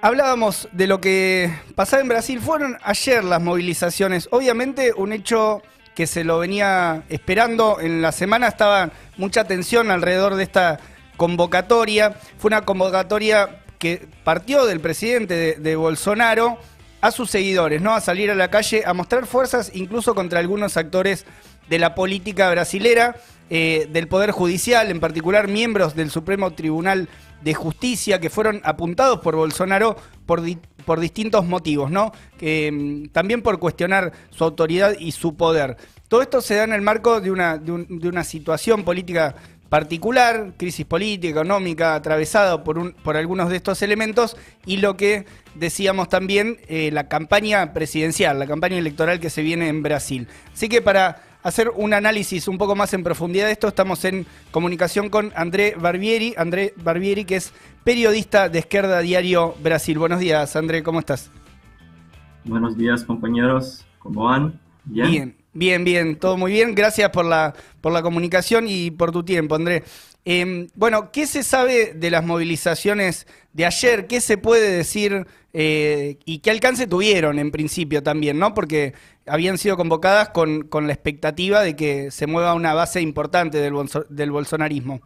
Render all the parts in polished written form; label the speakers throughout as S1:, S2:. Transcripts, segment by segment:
S1: Hablábamos de lo que pasaba en Brasil. Fueron ayer las movilizaciones. Obviamente un hecho que se lo venía esperando. En la semana estaba mucha tensión alrededor de esta convocatoria. Fue una convocatoria que partió del presidente de Bolsonaro a sus seguidores, ¿no? A salir a la calle, a mostrar fuerzas incluso contra algunos actores de la política brasilera, del Poder Judicial, en particular miembros del Supremo Tribunal de Justicia que fueron apuntados por Bolsonaro por distintos motivos, ¿no? También por cuestionar su autoridad y su poder. Todo esto se da en el marco de una situación política particular, crisis política, económica, atravesada por algunos de estos elementos, y lo que decíamos también, la campaña presidencial, la campaña electoral que se viene en Brasil. Así que para hacer un análisis un poco más en profundidad de esto, estamos en comunicación con André Barbieri, que es periodista de Esquerda Diario Brasil. Buenos días, André, ¿cómo estás?
S2: Buenos días, compañeros. ¿Cómo van? ¿Bien?
S1: Bien, todo muy bien. Gracias por la comunicación y por tu tiempo, André. Bueno, ¿qué se sabe de las movilizaciones de ayer? ¿Qué se puede decir y qué alcance tuvieron en principio también, ¿no? Porque habían sido convocadas con la expectativa de que se mueva una base importante del bolsonarismo.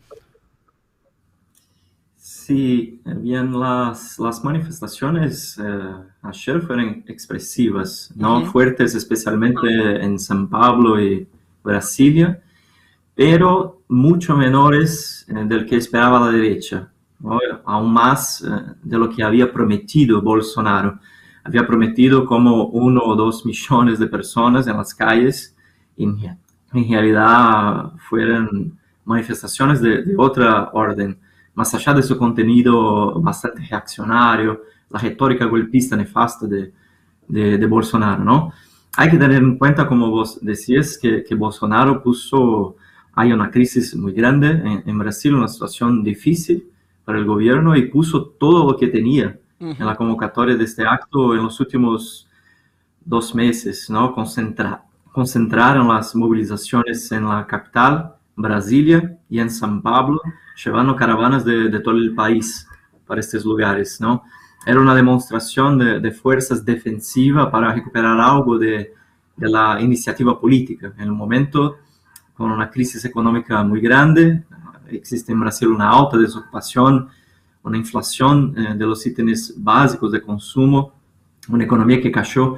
S2: Sí, bien, las manifestaciones ayer fueron expresivas, ¿no? Fuertes, especialmente en San Pablo y Brasilia, pero mucho menores del que esperaba la derecha, ¿no? Aún más de lo que había prometido Bolsonaro. Había prometido como 1 o 2 millones de personas en las calles, y en realidad fueron manifestaciones de otra orden, más allá de su contenido bastante reaccionario, la retórica golpista nefasta de Bolsonaro, ¿no? Hay que tener en cuenta, como vos decías, que Bolsonaro hay una crisis muy grande en Brasil, una situación difícil para el gobierno, y puso todo lo que tenía en la convocatoria de este acto en los últimos 2 meses, ¿no? Concentraron las movilizaciones en la capital, Brasilia, y en San Pablo, llevando caravanas de todo el país para estos lugares, ¿no? Era una demostración de fuerzas defensivas para recuperar algo de la iniciativa política. En el momento, con una crisis económica muy grande, existe en Brasil una alta desocupación, una inflación de los ítems básicos de consumo, una economía que cayó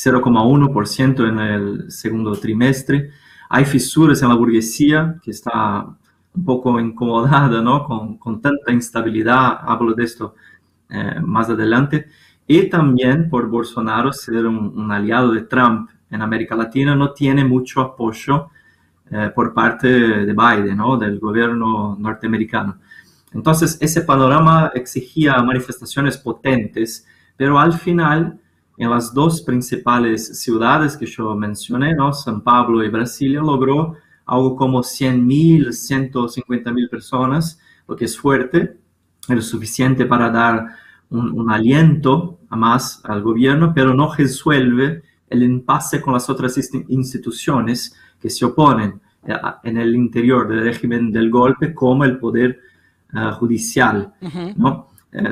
S2: 0,1% en el segundo trimestre. Hay fisuras en la burguesía que está un poco incomodada, ¿no? con tanta instabilidad. Hablo de esto más adelante. Y también por Bolsonaro ser un aliado de Trump en América Latina, no tiene mucho apoyo por parte de Biden, ¿no? Del gobierno norteamericano. Entonces, ese panorama exigía manifestaciones potentes, pero al final, en las dos principales ciudades que yo mencioné, ¿no? San Pablo y Brasilia, logró algo como 100.000, 150.000 personas, lo que es fuerte, es suficiente para dar un aliento a más al gobierno, pero no resuelve el impasse con las otras instituciones que se oponen en el interior del régimen del golpe, como el Poder Judicial, ¿no?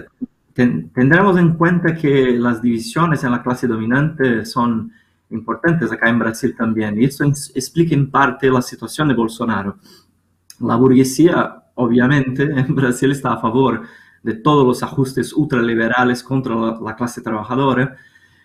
S2: Tendremos en cuenta que las divisiones en la clase dominante son importantes acá en Brasil también, y eso explica en parte la situación de Bolsonaro. La burguesía, obviamente, en Brasil está a favor de todos los ajustes ultraliberales contra la clase trabajadora,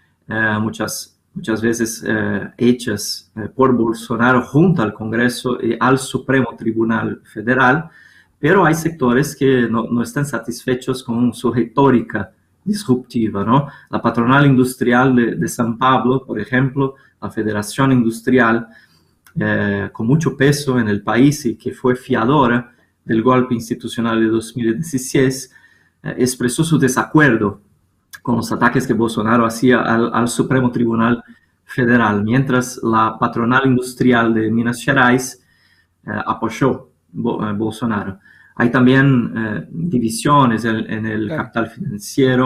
S2: muchas veces hechas por Bolsonaro junto al Congreso y al Supremo Tribunal Federal, pero hay sectores que no están satisfechos con su retórica disruptiva, ¿no? La patronal industrial de San Pablo, por ejemplo, la Federación Industrial, con mucho peso en el país y que fue fiadora del golpe institucional de 2016, expresó su desacuerdo con los ataques que Bolsonaro hacía al Supremo Tribunal Federal, mientras la patronal industrial de Minas Gerais apoyó Bolsonaro. Hay también divisiones en el capital financiero.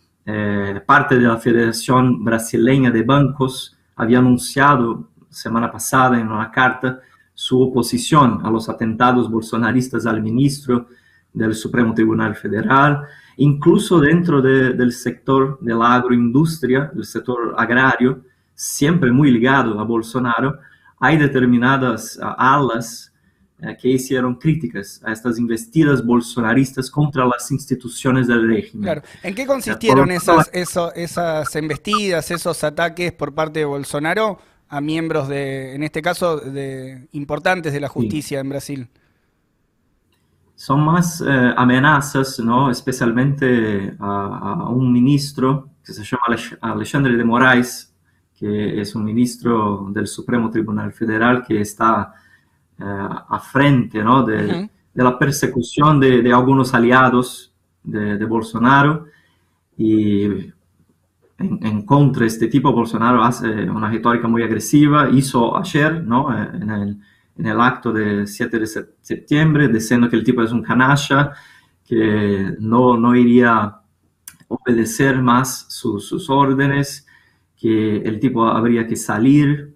S2: Parte de la Federación Brasileña de Bancos había anunciado semana pasada en una carta su oposición a los atentados bolsonaristas al ministro del Supremo Tribunal Federal, incluso dentro del sector de la agroindustria, del sector agrario, siempre muy ligado a Bolsonaro, hay determinadas alas que hicieron críticas a estas investidas bolsonaristas contra las instituciones del régimen.
S1: Claro. ¿En qué consistieron esas embestidas, esos ataques por parte de Bolsonaro a miembros en este caso, importantes de la justicia en Brasil?
S2: Son más amenazas, ¿no? Especialmente a un ministro que se llama Alexandre de Moraes, que es un ministro del Supremo Tribunal Federal que está a frente, ¿no? de la persecución de algunos aliados de Bolsonaro, y en contra de este tipo Bolsonaro hace una retórica muy agresiva. Hizo ayer, ¿no? en el acto del 7 de septiembre, diciendo que el tipo es un canalla, que no iría a obedecer más sus órdenes, que el tipo habría que salir,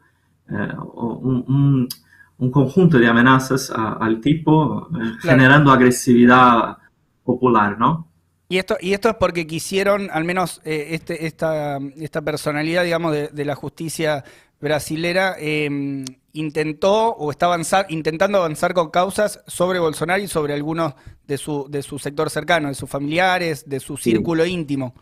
S2: un conjunto de amenazas al tipo,
S1: Claro.
S2: generando agresividad popular, ¿no?
S1: Y esto es porque quisieron, al menos esta personalidad, digamos, de la justicia brasilera, intentó o está intentando avanzar con causas sobre Bolsonaro y sobre algunos de su sector cercano, de sus familiares, de su círculo íntimo.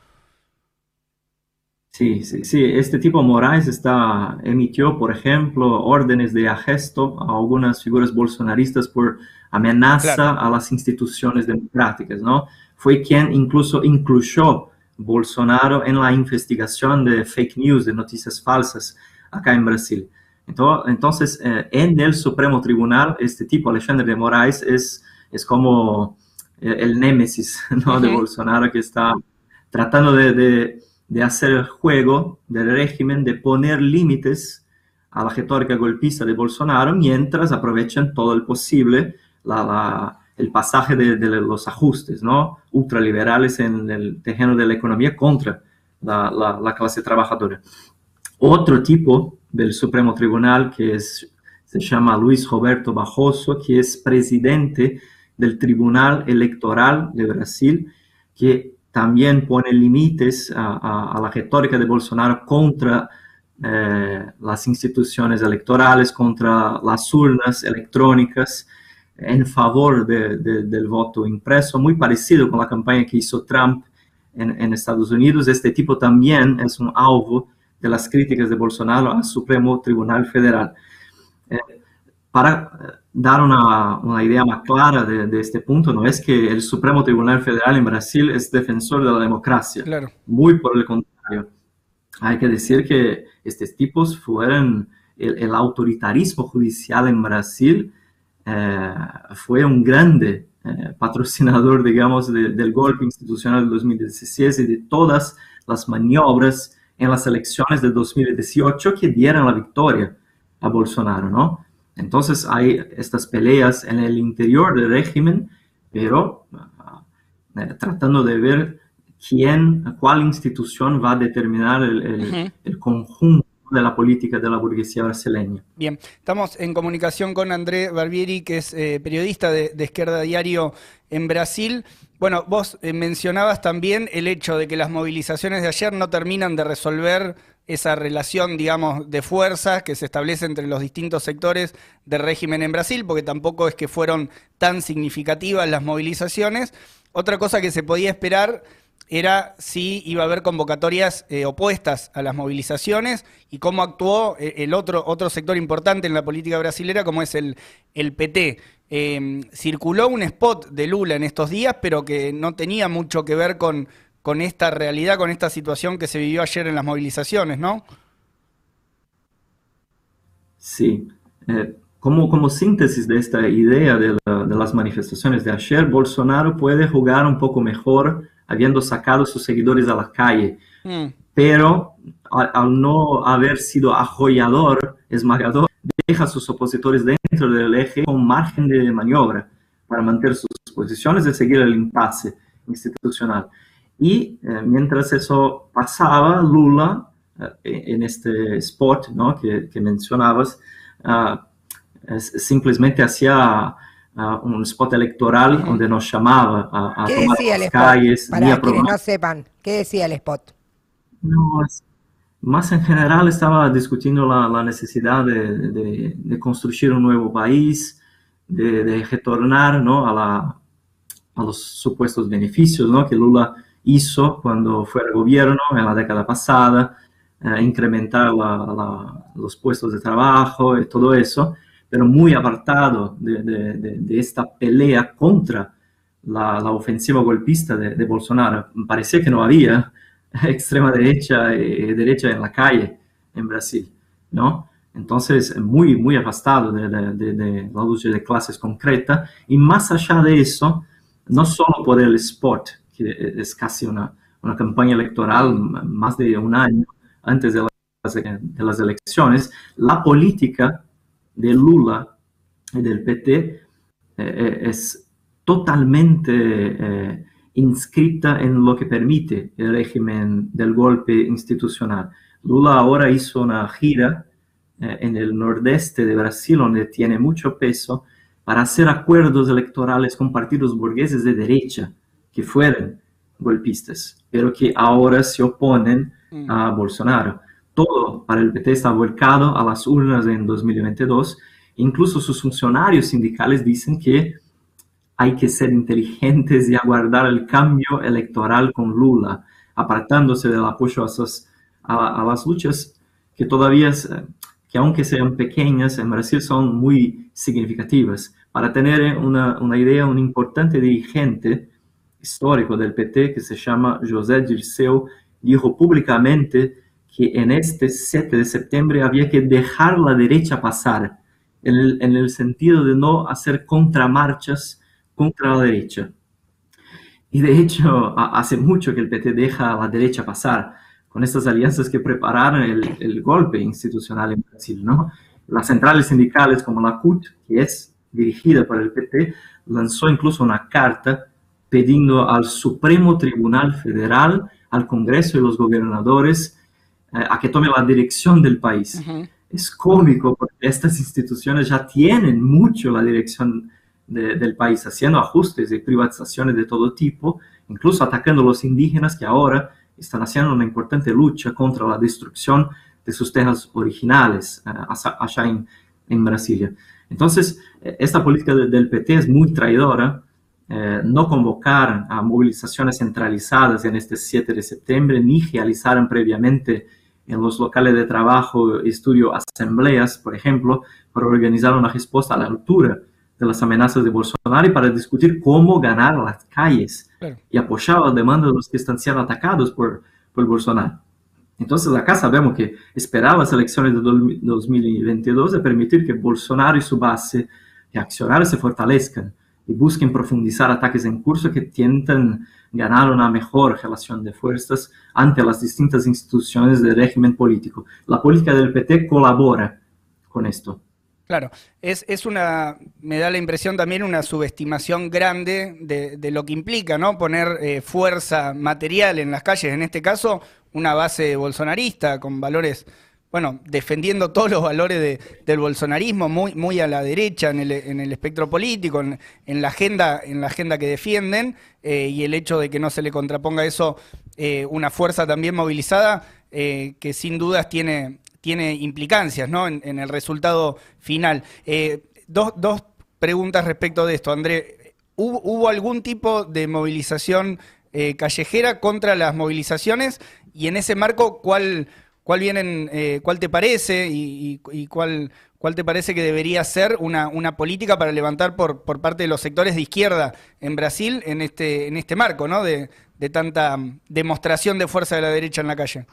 S2: Sí. Este tipo Moraes emitió, por ejemplo, órdenes de arresto a algunas figuras bolsonaristas por amenaza
S1: Claro.
S2: a las instituciones democráticas, ¿no? Fue quien incluso incluyó Bolsonaro en la investigación de fake news, de noticias falsas, acá en Brasil. Entonces, en el Supremo Tribunal, este tipo, Alexandre de Moraes, es como el némesis, ¿no? de Bolsonaro, que está tratando de hacer el juego del régimen, de poner límites a la retórica golpista de Bolsonaro, mientras aprovechan todo el posible el pasaje de los ajustes, ¿no? ultraliberales en el terreno de la economía contra la clase trabajadora. Otro tipo del Supremo Tribunal, se llama Luis Roberto Barroso, que es presidente del Tribunal Electoral de Brasil, que también pone límites a la retórica de Bolsonaro contra las instituciones electorales, contra las urnas electrónicas, en favor del voto impreso, muy parecido con la campaña que hizo Trump en Estados Unidos. Este tipo también es un alvo de las críticas de Bolsonaro al Supremo Tribunal Federal. Para dar una idea más clara de este punto, no es que el Supremo Tribunal Federal en Brasil es defensor de la democracia.
S1: Claro.
S2: Muy por el contrario. Hay que decir que estos tipos fueron el autoritarismo judicial en Brasil. Fue un grande patrocinador, digamos, del golpe institucional de 2016 y de todas las maniobras en las elecciones de 2018 que dieron la victoria a Bolsonaro, ¿no? Entonces hay estas peleas en el interior del régimen, pero tratando de ver cuál institución va a determinar el conjunto de la política de la burguesía brasileña.
S1: Bien, estamos en comunicación con André Barbieri, que es periodista de Izquierda Diario en Brasil. Bueno, vos mencionabas también el hecho de que las movilizaciones de ayer no terminan de resolver esa relación, digamos, de fuerzas que se establece entre los distintos sectores del régimen en Brasil, porque tampoco es que fueron tan significativas las movilizaciones. Otra cosa que se podía esperar era si iba a haber convocatorias opuestas a las movilizaciones y cómo actuó el otro sector importante en la política brasilera, como es el PT. Circuló un spot de Lula en estos días, pero que no tenía mucho que ver con esta realidad, con esta situación que se vivió ayer en las movilizaciones, ¿no?
S2: Sí. Como síntesis de esta idea de las manifestaciones de ayer, Bolsonaro puede jugar un poco mejor habiendo sacado a sus seguidores a la calle, pero al no haber sido arrollador, esmagador, deja a sus opositores dentro del eje con margen de maniobra para mantener sus posiciones y seguir el impasse institucional. Y mientras eso pasaba, Lula, en este spot, ¿no? que mencionabas, simplemente hacía un spot electoral donde nos llamaba a
S3: ¿Qué
S2: tomar
S3: decía el
S2: las
S3: spot?
S2: calles, ni
S3: Para
S2: a
S3: quienes
S2: promover.
S3: no sepan, ¿qué decía el spot?
S2: No, más en general estaba discutiendo la necesidad de construir un nuevo país, de retornar, ¿no?, a los supuestos beneficios, ¿no?, que Lula hizo cuando fue al gobierno en la década pasada, incrementar los puestos de trabajo y todo eso, pero muy apartado de esta pelea contra la ofensiva golpista de Bolsonaro. Parecía que no había extrema derecha y derecha en la calle en Brasil, ¿no? Entonces, muy, muy afastado de la lucha de clases concreta, y más allá de eso, no solo por el spot, que es casi una campaña electoral más de un año antes de las elecciones, la política de Lula y del PT es totalmente inscrita en lo que permite el régimen del golpe institucional. Lula ahora hizo una gira en el nordeste de Brasil, donde tiene mucho peso, para hacer acuerdos electorales con partidos burgueses de derecha que fueran golpistas, pero que ahora se oponen a Bolsonaro. Todo para el PT está volcado a las urnas en 2022. Incluso sus funcionarios sindicales dicen que hay que ser inteligentes y aguardar el cambio electoral con Lula, apartándose del apoyo a las luchas que todavía, que aunque sean pequeñas, en Brasil son muy significativas. Para tener una idea, un importante dirigente histórico del PT, que se llama José Dirceu, dijo públicamente que en este 7 de septiembre había que dejar la derecha pasar, en el sentido de no hacer contramarchas contra la derecha. Y de hecho, hace mucho que el PT deja a la derecha pasar, con estas alianzas que prepararon el golpe institucional en Brasil, ¿no? Las centrales sindicales como la CUT, que es dirigida por el PT, lanzó incluso una carta pidiendo al Supremo Tribunal Federal, al Congreso y los gobernadores a que tome la dirección del país. Es cómico porque estas instituciones ya tienen mucho la dirección del país, haciendo ajustes y privatizaciones de todo tipo, incluso atacando a los indígenas que ahora están haciendo una importante lucha contra la destrucción de sus tierras originales allá en Brasilia. Entonces, esta política del PT es muy traidora. No convocaron a movilizaciones centralizadas en este 7 de septiembre, ni realizaron previamente en los locales de trabajo, estudio, asambleas, por ejemplo, para organizar una respuesta a la altura de las amenazas de Bolsonaro y para discutir cómo ganar las calles y apoyar las demandas de los que están siendo atacados por Bolsonaro. Entonces acá sabemos que esperar las elecciones de 2022 de permitir que Bolsonaro y su base reaccionaria se fortalezcan y busquen profundizar ataques en curso que tientan ganar una mejor relación de fuerzas ante las distintas instituciones del régimen político. La política del PT colabora con esto.
S1: Claro, me da la impresión también una subestimación grande de lo que implica, ¿no? Poner fuerza material en las calles, en este caso una base bolsonarista con valores, bueno, defendiendo todos los valores del bolsonarismo, muy a la derecha en el espectro político, en la agenda que defienden, y el hecho de que no se le contraponga eso una fuerza también movilizada, que sin dudas tiene implicancias, ¿no?, en el resultado final. Dos preguntas respecto de esto, André. ¿Hubo algún tipo de movilización callejera contra las movilizaciones? Y en ese marco, ¿cuál te parece y cuál te parece que debería ser una política para levantar por parte de los sectores de izquierda en Brasil en este marco, ¿no?, de tanta demostración de fuerza de la derecha en la calle?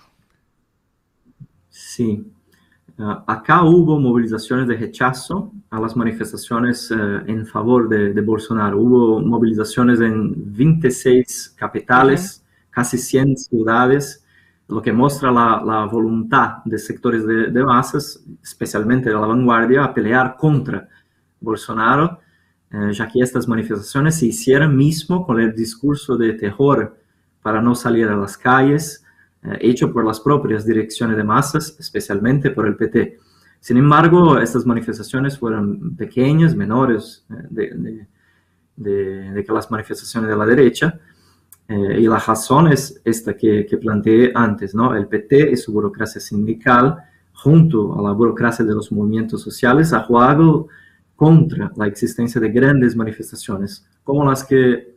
S2: Sí. Acá hubo movilizaciones de rechazo a las manifestaciones en favor de Bolsonaro. Hubo movilizaciones en 26 capitales, casi 100 ciudades, lo que muestra la voluntad de sectores de masas, especialmente de la vanguardia, a pelear contra Bolsonaro, ya que estas manifestaciones se hicieron mismo con el discurso de terror para no salir a las calles, hecho por las propias direcciones de masas, especialmente por el PT. Sin embargo, estas manifestaciones fueron pequeñas, menores de que las manifestaciones de la derecha, y la razón es esta que planteé antes, ¿no? El PT y su burocracia sindical, junto a la burocracia de los movimientos sociales, ha jugado contra la existencia de grandes manifestaciones, como las que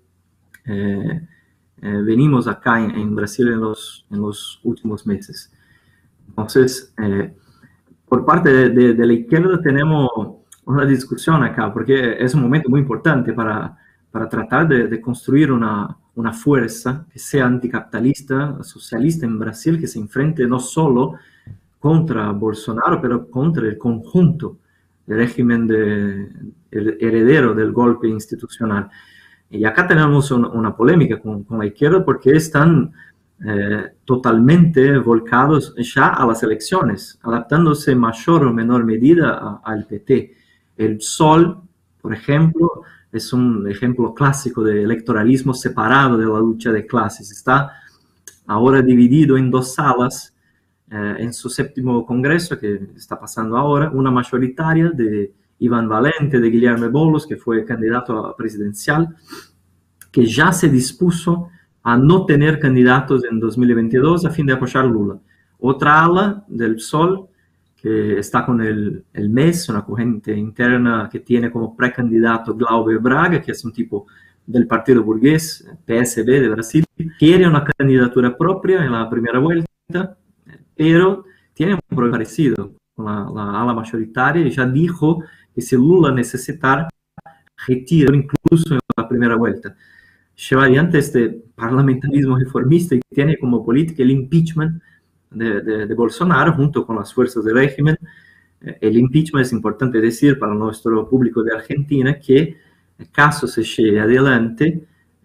S2: venimos acá en Brasil en los últimos meses. Entonces, por parte de la izquierda tenemos una discusión acá, porque es un momento muy importante para tratar de construir una fuerza que sea anticapitalista, socialista en Brasil, que se enfrente no solo contra Bolsonaro, pero contra el conjunto del régimen el heredero del golpe institucional. Y acá tenemos una polémica con la izquierda porque están totalmente volcados ya a las elecciones, adaptándose en mayor o menor medida al PT. El Sol, por ejemplo, es un ejemplo clásico de electoralismo separado de la lucha de clases. Está ahora dividido en dos salas en su 7º congreso, que está pasando ahora, una mayoritaria de Iván Valente, de Guilherme Boulos, que fue candidato a presidencial, que ya se dispuso a no tener candidatos en 2022 a fin de apoyar Lula. Otra ala del Sol, que está con el MES, una corriente interna que tiene como precandidato Glauber Braga, que es un tipo del partido burgués, PSB de Brasil, quiere una candidatura propia en la primera vuelta, pero tiene un problema parecido con la ala mayoritaria y ya dijo que si Lula necesitar, retira incluso en la primera vuelta. Lleva adelante este parlamentarismo reformista y tiene como política el impeachment de Bolsonaro junto con las fuerzas del régimen. El impeachment, es importante decir para nuestro público de Argentina que caso se lleve adelante,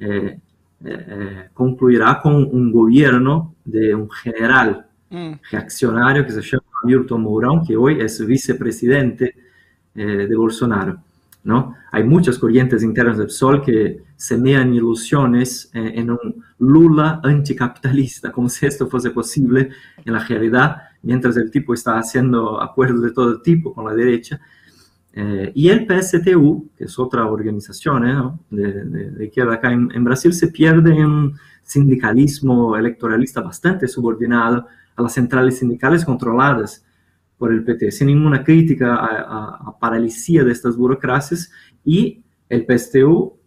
S2: concluirá con un gobierno de un general reaccionario que se llama Milton Mourão, que hoy es vicepresidente de Bolsonaro, ¿no? Hay muchas corrientes internas del Sol que semean ilusiones en un Lula anticapitalista, como si esto fuese posible en la realidad, mientras el tipo está haciendo acuerdos de todo tipo con la derecha. Y el PSTU, que es otra organización, ¿no?, de izquierda acá en Brasil, se pierde en un sindicalismo electoralista bastante subordinado a las centrales sindicales controladas por el PT, sin ninguna crítica a paralisía de estas burocracias, y el PSTU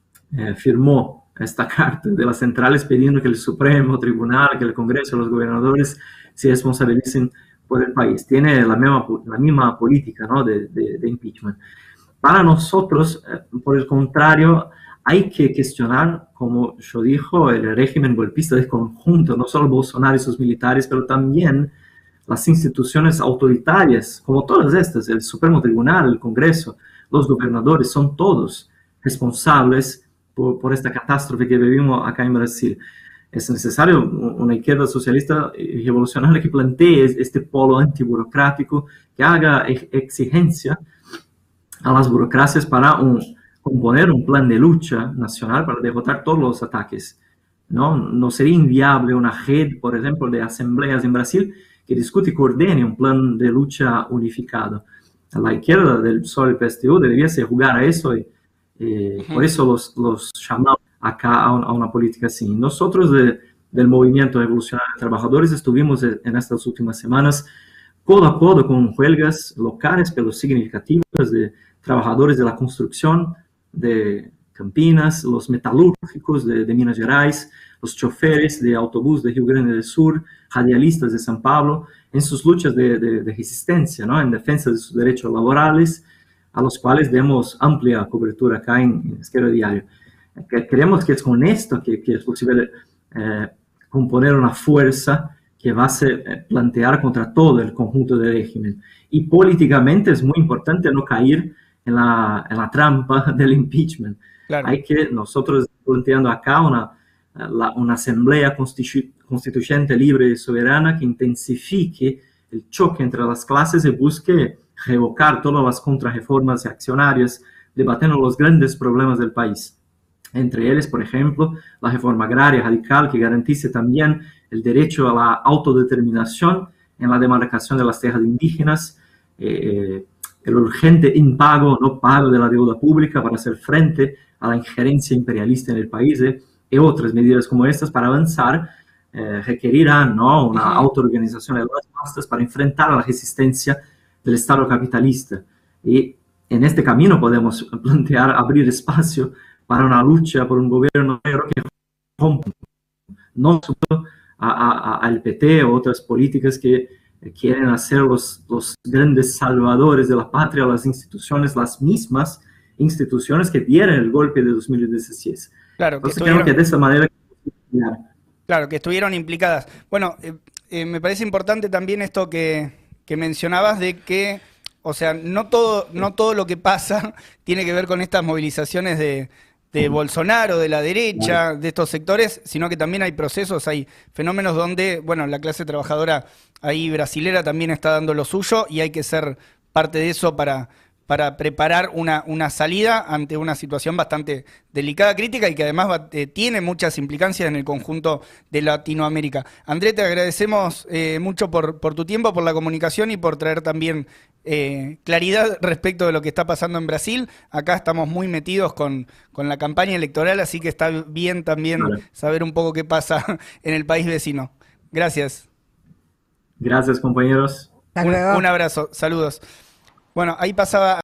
S2: firmó esta carta de las centrales pidiendo que el Supremo Tribunal, que el Congreso, los gobernadores se responsabilicen por el país. Tiene la misma política, ¿no?, de impeachment. Para nosotros, por el contrario, hay que cuestionar, como yo dijo, el régimen golpista de conjunto, no solo Bolsonaro y sus militares, pero también las instituciones autoritarias, como todas estas, el Supremo Tribunal, el Congreso, los gobernadores, son todos responsables por esta catástrofe que vivimos acá en Brasil. Es necesario una izquierda socialista y revolucionaria que plantee este polo antiburocrático, que haga exigencia a las burocracias para componer un plan de lucha nacional para derrotar todos los ataques. No sería inviable una red, por ejemplo, de asambleas en Brasil que discute y coordine un plan de lucha unificado. La izquierda del Sol y PSTU debería jugar a eso y por eso los llamamos acá a una política así. Nosotros del Movimiento Revolucionario de Trabajadores estuvimos en estas últimas semanas codo a codo con huelgas locales, pero significativas, de trabajadores de la construcción de Campinas, los metalúrgicos de Minas Gerais, los choferes de autobús de Rio Grande do Sul, radialistas de São Paulo, en sus luchas de resistencia, ¿no?, en defensa de sus derechos laborales, a los cuales demos amplia cobertura acá en Izquierda Diario. Creemos que es con esto que es posible componer una fuerza que va a plantear contra todo el conjunto del régimen. Y políticamente es muy importante no caer en la trampa del impeachment. Claro. Hay que nosotros planteando acá una asamblea constituyente libre y soberana que intensifique el choque entre las clases y busque revocar todas las contrarreformas reaccionarias, debatiendo los grandes problemas del país. Entre ellos, por ejemplo, la reforma agraria radical que garantice también el derecho a la autodeterminación en la demarcación de las tierras indígenas, el urgente impago, no pago de la deuda pública para hacer frente a la injerencia imperialista en el país y otras medidas como estas para avanzar requerirán, ¿no?, una autoorganización de las masas para enfrentar a la resistencia del Estado capitalista. Y en este camino podemos plantear abrir espacio para una lucha por un gobierno negro que rompa no solo al PT o otras políticas que quieren hacer los grandes salvadores de la patria, las instituciones, las mismas instituciones que dieron el golpe de 2016.
S1: Claro,
S2: entonces creo que de esa manera...
S1: Claro, que estuvieron implicadas. Bueno, me parece importante también esto que mencionabas de que, o sea, no todo lo que pasa tiene que ver con estas movilizaciones de Bolsonaro, de la derecha, de estos sectores, sino que también hay procesos, hay fenómenos donde, bueno, la clase trabajadora ahí brasilera también está dando lo suyo y hay que ser parte de eso para preparar una salida ante una situación bastante delicada, crítica y que además tiene muchas implicancias en el conjunto de Latinoamérica. André, te agradecemos mucho por tu tiempo, por la comunicación y por traer también claridad respecto de lo que está pasando en Brasil. Acá estamos muy metidos con la campaña electoral, así que está bien también saber un poco qué pasa en el país vecino. Gracias.
S2: Gracias, compañeros.
S1: Un abrazo, saludos. Bueno, ahí pasaba...